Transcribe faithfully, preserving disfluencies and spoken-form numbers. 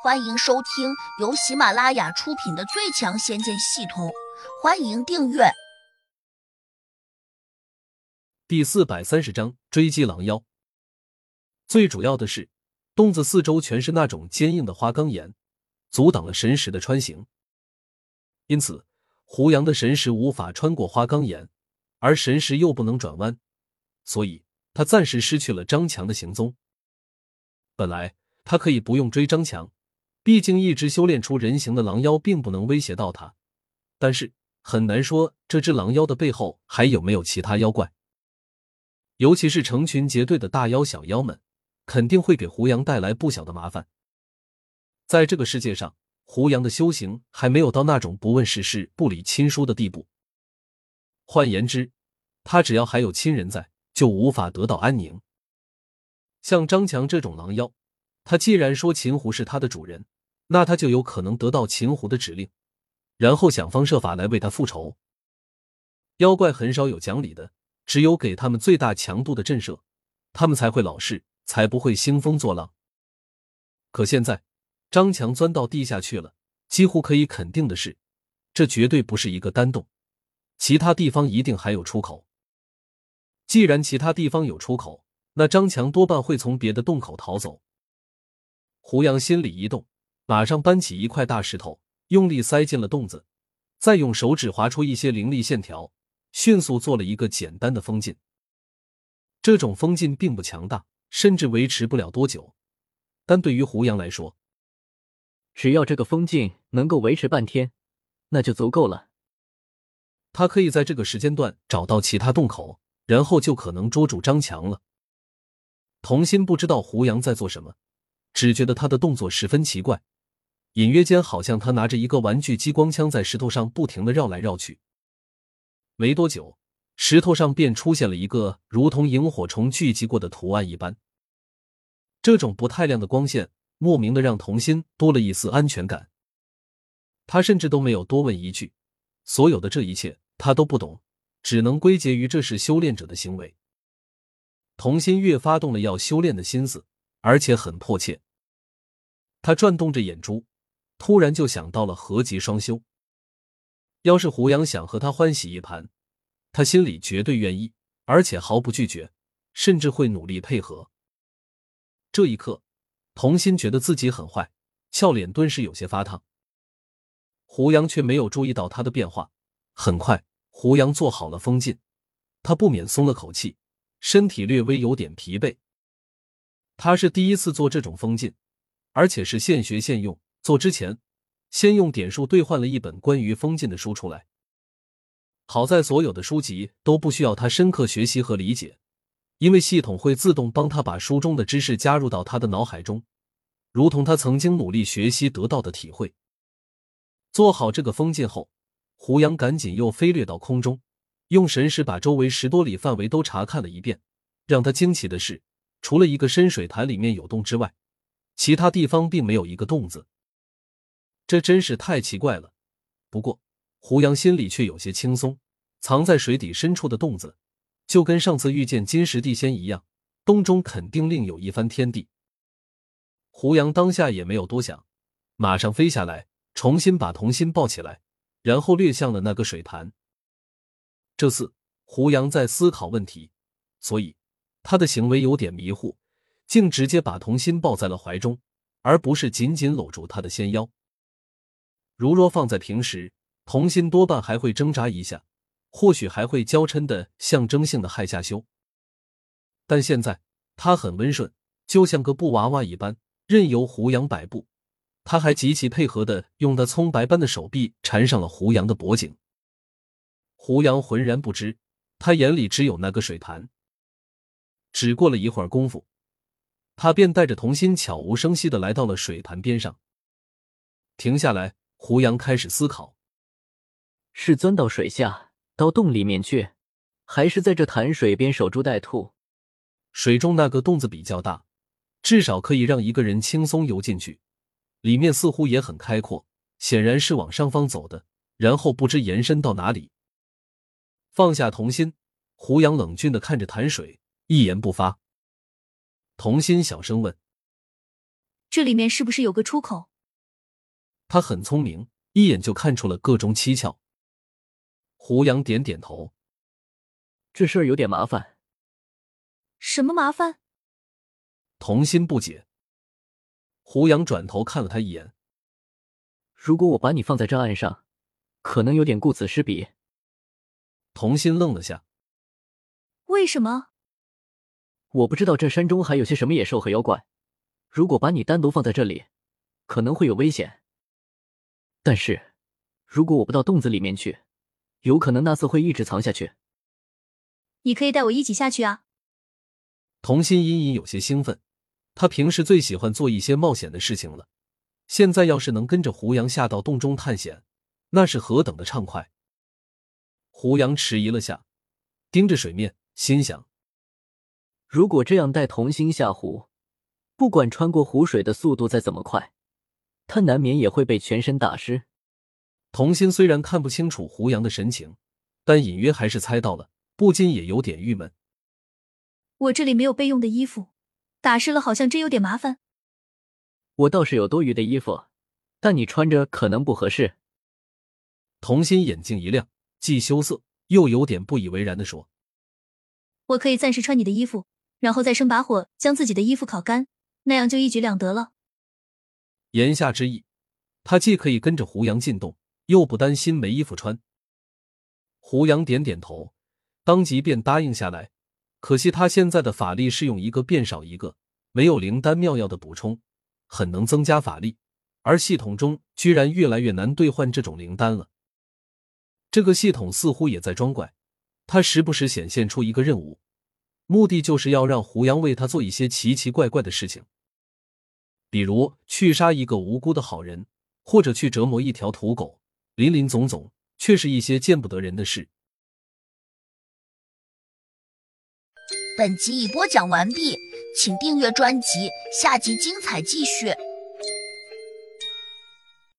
欢迎收听由喜马拉雅出品的《最强仙剑系统》，欢迎订阅。 第四百三十章追击狼妖。最主要的是，洞子四周全是那种坚硬的花岗岩，阻挡了神识的穿行。因此，胡杨的神识无法穿过花岗岩，而神识又不能转弯，所以他暂时失去了张强的行踪。本来他可以不用追张强，毕竟一只修炼出人形的狼妖并不能威胁到他，但是很难说这只狼妖的背后还有没有其他妖怪。尤其是成群结队的大妖小妖们，肯定会给胡杨带来不小的麻烦。在这个世界上，胡杨的修行还没有到那种不问世事不理亲疏的地步。换言之，他只要还有亲人在，就无法得到安宁。像张强这种狼妖，他既然说秦胡是他的主人，那他就有可能得到秦胡的指令，然后想方设法来为他复仇。妖怪很少有讲理的，只有给他们最大强度的震慑，他们才会老实，才不会兴风作浪。可现在张强钻到地下去了，几乎可以肯定的是，这绝对不是一个单洞，其他地方一定还有出口。既然其他地方有出口，那张强多半会从别的洞口逃走。胡杨心里一动，马上搬起一块大石头，用力塞进了洞子，再用手指划出一些凌厉线条，迅速做了一个简单的封禁。这种封禁并不强大，甚至维持不了多久，但对于胡杨来说， 只要这个封禁能够维持半天，那就足够了。 他可以在这个时间段找到其他洞口，然后就可能捉住张强了。童心不知道胡杨在做什么，只觉得他的动作十分奇怪，隐约间好像他拿着一个玩具激光枪在石头上不停地绕来绕去。没多久，石头上便出现了一个如同萤火虫聚集过的图案一般。这种不太亮的光线莫名的让童心多了一丝安全感。他甚至都没有多问一句，所有的这一切他都不懂，只能归结于这是修炼者的行为。童心越发动了要修炼的心思，而且很迫切。他转动着眼珠，突然就想到了合级双修。要是胡杨想和他欢喜一盘，他心里绝对愿意，而且毫不拒绝，甚至会努力配合。这一刻，童心觉得自己很坏，俏脸顿时有些发烫。胡杨却没有注意到他的变化，很快胡杨做好了封禁，他不免松了口气，身体略微有点疲惫。他是第一次做这种封禁，而且是现学现用，做之前先用点数兑换了一本关于封禁的书出来。好在所有的书籍都不需要他深刻学习和理解，因为系统会自动帮他把书中的知识加入到他的脑海中，如同他曾经努力学习得到的体会。做好这个封禁后，胡杨赶紧又飞掠到空中，用神识把周围十多里范围都查看了一遍。让他惊奇的是，除了一个深水潭里面有洞之外，其他地方并没有一个洞子。这真是太奇怪了。不过胡杨心里却有些轻松，藏在水底深处的洞子就跟上次遇见金石地仙一样，洞中肯定另有一番天地。胡杨当下也没有多想，马上飞下来，重新把童心抱起来，然后掠向了那个水潭。这次胡杨在思考问题，所以他的行为有点迷糊，竟直接把童心抱在了怀中，而不是紧紧搂住他的纤腰。如若放在平时，童心多半还会挣扎一下，或许还会娇嗔的象征性的害下羞。但现在他很温顺，就像个布娃娃一般，任由胡杨摆布。他还极其配合的用他葱白般的手臂缠上了胡杨的脖颈。胡杨浑然不知，他眼里只有那个水潭。只过了一会儿功夫，他便带着童心悄无声息的来到了水潭边上。停下来，胡杨开始思考， 是钻到水下到洞里面去，还是在这潭水边守株待兔？ 水中那个洞子比较大，至少可以让一个人轻松游进去，里面似乎也很开阔，显然是往上方走的，然后不知延伸到哪里。放下童心，胡杨冷峻地看着潭水，一言不发。童心小声问， 这里面是不是有个出口？ 他很聪明，一眼就看出了个中蹊跷。胡杨点点头， 这事儿有点麻烦。 什么麻烦？ 童心不解。胡杨转头看了他一眼， 如果我把你放在这岸上，可能有点顾此失彼。 童心愣了下。 为什么？ 我不知道这山中还有些什么野兽和妖怪，如果把你单独放在这里，可能会有危险。但是，如果我不到洞子里面去，有可能那厮会一直藏下去。 你可以带我一起下去啊。 童心隐隐有些兴奋，他平时最喜欢做一些冒险的事情了，现在要是能跟着胡杨下到洞中探险，那是何等的畅快。胡杨迟疑了下，盯着水面，心想， 如果这样带童心下湖，不管穿过湖水的速度再怎么快，他难免也会被全身打湿。 童心虽然看不清楚胡杨的神情，但隐约还是猜到了，不禁也有点郁闷。 我这里没有备用的衣服，打湿了好像真有点麻烦。 我倒是有多余的衣服，但你穿着可能不合适。 童心眼睛一亮，既羞涩又有点不以为然地说， 我可以暂时穿你的衣服，然后再生把火将自己的衣服烤干，那样就一举两得了。 言下之意，他既可以跟着胡杨进洞，又不担心没衣服穿。胡杨点点头，当即便答应下来。可惜他现在的法力是用一个变少一个，没有灵丹妙药的补充，很能增加法力，而系统中居然越来越难兑换这种灵丹了。这个系统似乎也在装怪，他时不时显现出一个任务，目的就是要让胡杨为他做一些奇奇怪怪的事情，比如去杀一个无辜的好人，或者去折磨一条土狗，林林总总，却是一些见不得人的事。 本集已播讲完毕，请订阅专辑，下集精彩继续。